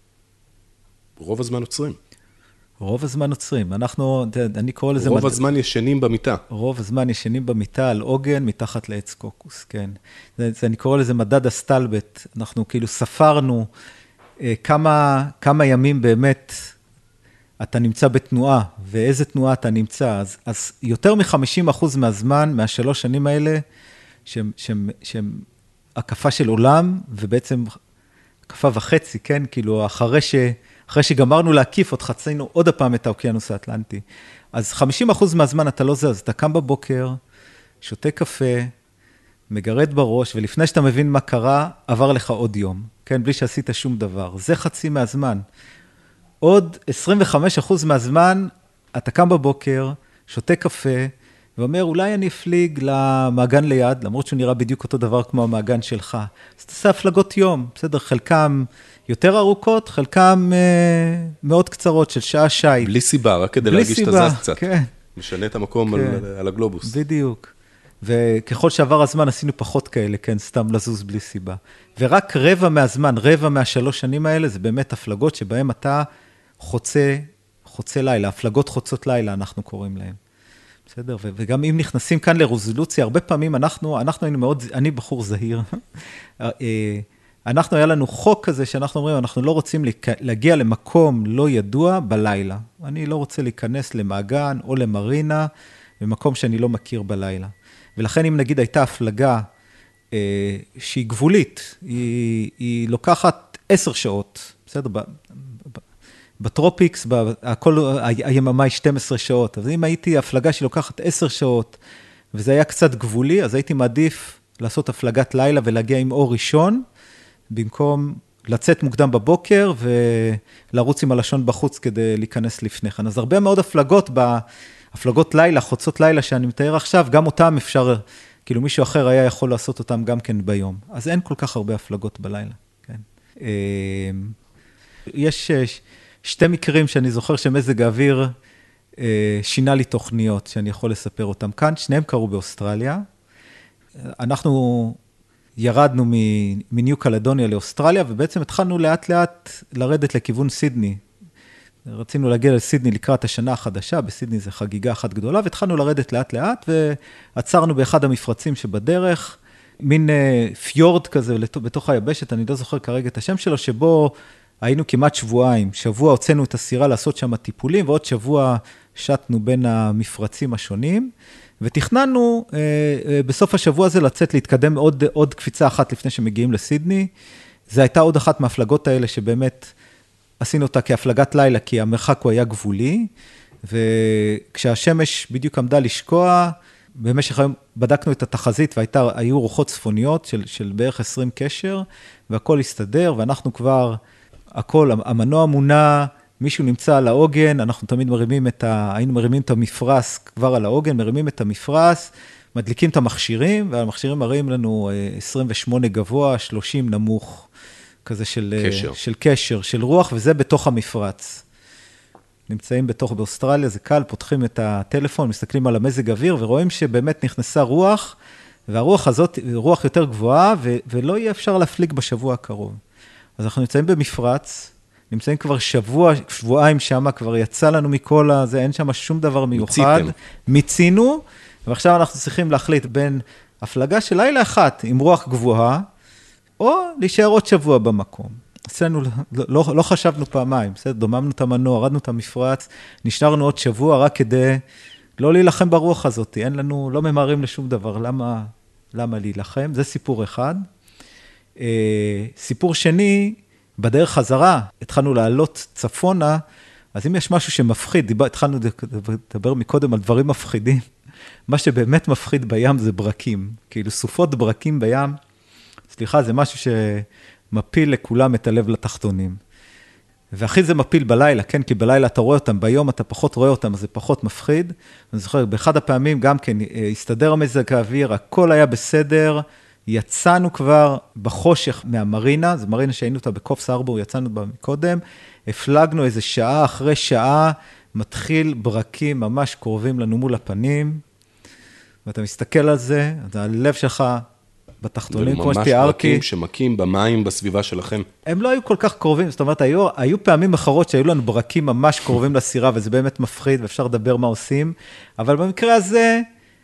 [SPEAKER 2] רוב הזמן עוצרים.
[SPEAKER 3] רוב הזמן עוצרים. אנחנו, אני קורא לזה...
[SPEAKER 2] רוב מד... הזמן ישנים במיטה.
[SPEAKER 3] רוב הזמן ישנים במיטה על עוגן, מתחת לעץ קוקוס, כן. זה, זה, אני קורא לזה מדד הסטלבט. אנחנו כאילו ספרנו אה, כמה, כמה ימים באמת אתה נמצא בתנועה, ואיזה תנועה אתה נמצא. אז, אז יותר מ-חמישים אחוז מהזמן, מהשלוש שנים האלה, שהם, שהם, שהם הקפה של עולם, ובעצם הקפה וחצי, כן? כאילו, אחרי ש... אחרי שגמרנו להקיף, עוד חצינו עוד הפעם את האוקיינוס האטלנטי. אז חמישים אחוז מהזמן אתה לא זז, אתה קם בבוקר, שותה קפה, מגרד בראש, ולפני שאתה מבין מה קרה, עבר לך עוד יום, כן? בלי שעשית שום דבר. זה חצי מהזמן. עוד עשרים וחמישה אחוז מהזמן, אתה קם בבוקר, שותה קפה, ואומר, אולי אני אפליג למעגן ליד, למרות שהוא נראה בדיוק אותו דבר כמו המעגן שלך. אז תעשה הפלגות יום, בסדר? חלקם יותר ארוכות, חלקם אה, מאוד קצרות, של שעה שי.
[SPEAKER 2] בלי סיבה, רק כדי להגיש את הזז קצת.
[SPEAKER 3] כן.
[SPEAKER 2] משנה את המקום
[SPEAKER 3] כן.
[SPEAKER 2] על, על הגלובוס.
[SPEAKER 3] בדיוק. וככל שעבר הזמן עשינו פחות כאלה, כן, סתם לזוז בלי סיבה. ורק רבע מהזמן, רבע מהשלוש שנים האלה, זה באמת הפלגות שבהם אתה חוצה, חוצה לילה, הפלגות חוצות לילה, אנחנו קוראים להם. בסדר, וגם אם נכנסים כאן לרזולוציה, הרבה פעמים אנחנו, אנחנו היינו מאוד, אני בחור זהיר, אנחנו, היה לנו חוק כזה שאנחנו אומרים, אנחנו לא רוצים להגיע למקום לא ידוע בלילה. אני לא רוצה להיכנס למעגן או למרינה, במקום שאני לא מכיר בלילה. ולכן אם נגיד הייתה הפלגה אה, שהיא גבולית, היא, היא לוקחת עשר שעות, בסדר, ב, ב, בטרופיקס, ב, הכל, היממה היא שתים עשרה שעות, אז אם הייתי הפלגה שלוקחת עשר שעות, וזה היה קצת גבולי, אז הייתי מעדיף לעשות הפלגת לילה ולהגיע עם אור ראשון, במקום לצאת מוקדם בבוקר ולרוץ עם הלשון בחוץ כדי להיכנס לפני כן. אז הרבה מאוד הפלגות, הפלגות לילה, חוצות לילה שאני מתאר עכשיו, גם אותם אפשר, כאילו מישהו אחר היה יכול לעשות אותם גם כן ביום. אז אין כל כך הרבה הפלגות בלילה. כן. יש שתי מקרים שאני זוכר שמזג האוויר שינה לי תוכניות שאני יכול לספר אותם כאן. שניהם קרו באוסטרליה. אנחנו ירדנו מניו קלדוניה לאוסטרליה, ובעצם התחלנו לאט לאט לרדת לכיוון סידני. רצינו להגיע לסידני לקראת השנה החדשה, בסידני זה חגיגה אחת גדולה, והתחלנו לרדת לאט לאט, ועצרנו באחד המפרצים שבדרך, מין פיורד כזה בתוך היבשת, אני לא זוכר כרגע את השם שלו, שבו היינו כמעט שבועיים. שבוע הוצאנו את הסירה לעשות שם טיפולים, ועוד שבוע שטנו בין המפרצים השונים, ותכננו בסוף השבוע הזה לצאת להתקדם עוד, עוד קפיצה אחת לפני שמגיעים לסידני. זה הייתה עוד אחת מהפלגות האלה שבאמת עשינו אותה כהפלגת לילה, כי המרחק הוא היה גבולי, וכשהשמש בדיוק עמדה לשקוע, במשך היום בדקנו את התחזית, והיו רוחות צפוניות של, של בערך עשרים קשר, והכל הסתדר, ואנחנו כבר, הכל, המנוע מונע, מישהו נמצא על העוגן, אנחנו תמיד מרימים את ה... היינו מרימים את המפרס כבר על העוגן, מרימים את המפרס, מדליקים את המכשירים, והמכשירים מראים לנו עשרים ושמונה גבוה, שלושים נמוך, כזה של קשר, של, קשר, של רוח, וזה בתוך המפרץ. נמצאים בתוך באוסטרליה, זה קל, פותחים את הטלפון, מסתכלים על המזג אוויר, ורואים שבאמת נכנסה רוח, והרוח הזאת, רוח יותר גבוהה, ו... ולא יהיה אפשר להפליג בשבוע הקרוב. אז אנחנו נמצאים במפרץ, נמצאים כבר שבוע, שבועיים שם, כבר יצא לנו מכל הזה, אין שם שום דבר מיוחד. מציתם. מיצינו, ועכשיו אנחנו צריכים להחליט בין הפלגה של לילה אחת עם רוח גבוהה, או להישאר עוד שבוע במקום. אצלנו לא, לא, לא חשבנו פעמיים, בסדר? דוממנו את המנוע, הורדנו את המפרץ, נשארנו עוד שבוע רק כדי לא להילחם ברוח הזאת, אין לנו, לא ממהרים לשום דבר, למה, למה להילחם? זה סיפור אחד. סיפור שני, בדרך חזרה, התחלנו לעלות צפונה, אז אם יש משהו שמפחיד, דיבר, התחלנו לדבר מקודם על דברים מפחידים, מה שבאמת מפחיד בים זה ברקים, כאילו סופות ברקים בים, סליחה, זה משהו שמפיל לכולם את הלב לתחתונים. והכי זה מפיל בלילה, כן, כי בלילה אתה רואה אותם, ביום אתה פחות רואה אותם, אז זה פחות מפחיד. אני זוכר, באחד הפעמים גם כן, הסתדר המזג האוויר, הכל היה בסדר, יצאנו כבר בחושך מהמרינה, זו מרינה שהיינו אותה בקופס ארבור, יצאנו בה מקודם, הפלגנו איזה שעה אחרי שעה, מתחיל ברקים ממש קרובים לנו מול הפנים, ואתה מסתכל על זה, הלב שלך בתחתונים, כמו שתיארתי.
[SPEAKER 2] וממש ברקים שמקים במים בסביבה שלכם.
[SPEAKER 3] הם לא היו כל כך קרובים, זאת אומרת, היו, היו פעמים אחרות שהיו לנו ברקים ממש קרובים לסירה, וזה באמת מפחיד, ואפשר לדבר מה עושים, אבל במקרה הזה,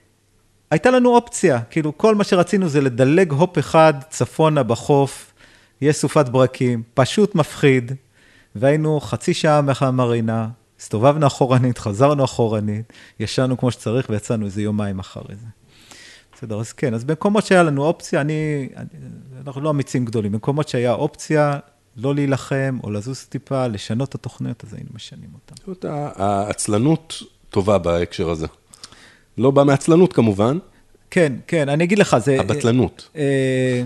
[SPEAKER 3] הייתה לנו אופציה, כאילו כל מה שרצינו זה לדלג הופ אחד צפונה בחוף, יש סופת ברקים, פשוט מפחיד, והיינו חצי שעה מהמרינה, הסתובבנו אחורנית, חזרנו אחורנית, ישנו כמו שצריך ויצאנו איזה יומיים אחרי זה. בסדר, אז כן, אז במקומות שהיה לנו אופציה, אני, אני, אנחנו לא אמיצים גדולים, במקומות שהיה אופציה, לא להילחם או לזוז טיפה, לשנות את התוכניות, אז היינו משנים אותם.
[SPEAKER 2] העצלנות טובה בהקשר הזה. לא בא מעצלנות כמובן.
[SPEAKER 3] כן, כן, אני אגיד לך, זה...
[SPEAKER 2] הבטלנות.
[SPEAKER 3] אה,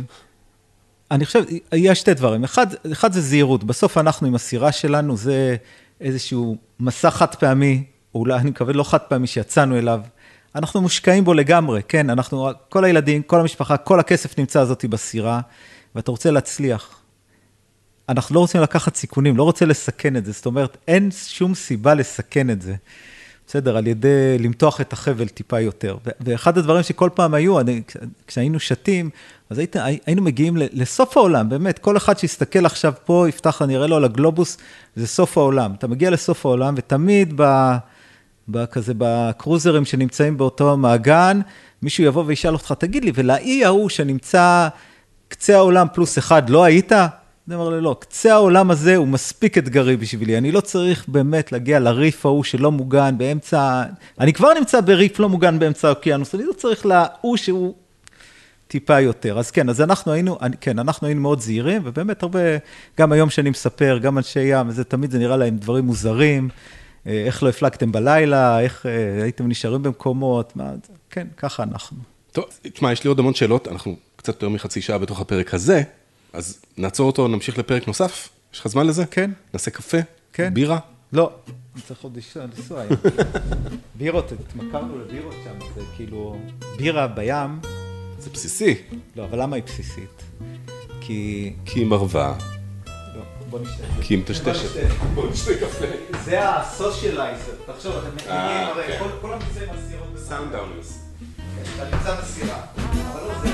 [SPEAKER 3] אני חושב, יש שתי דברים. אחד, אחד זה זהירות. בסוף אנחנו עם הסירה שלנו, זה איזשהו מסע חד פעמי, או אולי אני מקווה לא חד פעמי שיצאנו אליו. אנחנו מושקעים בו לגמרי, כן? אנחנו, כל הילדים, כל המשפחה, כל הכסף נמצא הזאת בסירה, ואתה רוצה להצליח. אנחנו לא רוצים לקחת סיכונים, לא רוצה לסכן את זה. זאת אומרת, אין שום סיבה לסכן את זה. בסדר, על ידי למתוח את החבל טיפה יותר. ואחד הדברים שכל פעם היו, אני, כשהיינו שתים, אז היית, היינו מגיעים לסוף העולם, באמת, כל אחד שיסתכל עכשיו פה, יפתח, אני אראה לו על הגלובוס, זה סוף העולם. אתה מגיע לסוף העולם, ותמיד ב, ב, כזה, בקרוזרים שנמצאים באותו מעגן, מישהו יבוא וישאל אותך, תגיד לי, ולאי ההוא שנמצא קצה העולם פלוס אחד, לא היית? אני אומר לי, לא, קצה העולם הזה הוא מספיק אתגרי בשבילי, אני לא צריך באמת להגיע לריף ההוא שלא מוגן באמצע, אני כבר נמצא בריף לא מוגן באמצע האוקיינוס, אני לא צריך להוא שהוא טיפה יותר. אז כן, אז אנחנו היינו, כן, אנחנו היינו מאוד זהירים, ובאמת הרבה, גם היום שאני מספר, גם אנשי ים, זה תמיד זה נראה להם דברים מוזרים, איך לא הפלגתם בלילה, איך הייתם נשארים במקומות, מה, כן, ככה אנחנו.
[SPEAKER 2] טוב, תשמע, יש לי עוד המון שאלות, אנחנו קצת יותר מחצי שעה בתוך הפרק הזה, אז נעצור אותו, נמשיך לפרק נוסף? יש לך זמן לזה?
[SPEAKER 3] כן.
[SPEAKER 2] נעשה קפה?
[SPEAKER 3] כן.
[SPEAKER 2] בירה?
[SPEAKER 3] לא, אני צריך עוד לנסוע היום. בירות, התמכרנו לבירות שם, זה כאילו, בירה בים.
[SPEAKER 2] זה בסיסי.
[SPEAKER 3] לא, אבל למה היא בסיסית? כי...
[SPEAKER 2] כי היא מרווה.
[SPEAKER 3] לא, בוא נשתה.
[SPEAKER 2] כי היא מטשטשת. בוא נשתה קפה.
[SPEAKER 3] זה הסושיאלייזר. תחשוב, אתם מכירים, הרי כל המוצאים הסירות...
[SPEAKER 2] סאונד דאונרס.
[SPEAKER 3] כן, אתה נמצא בסירה. אבל לא, זה...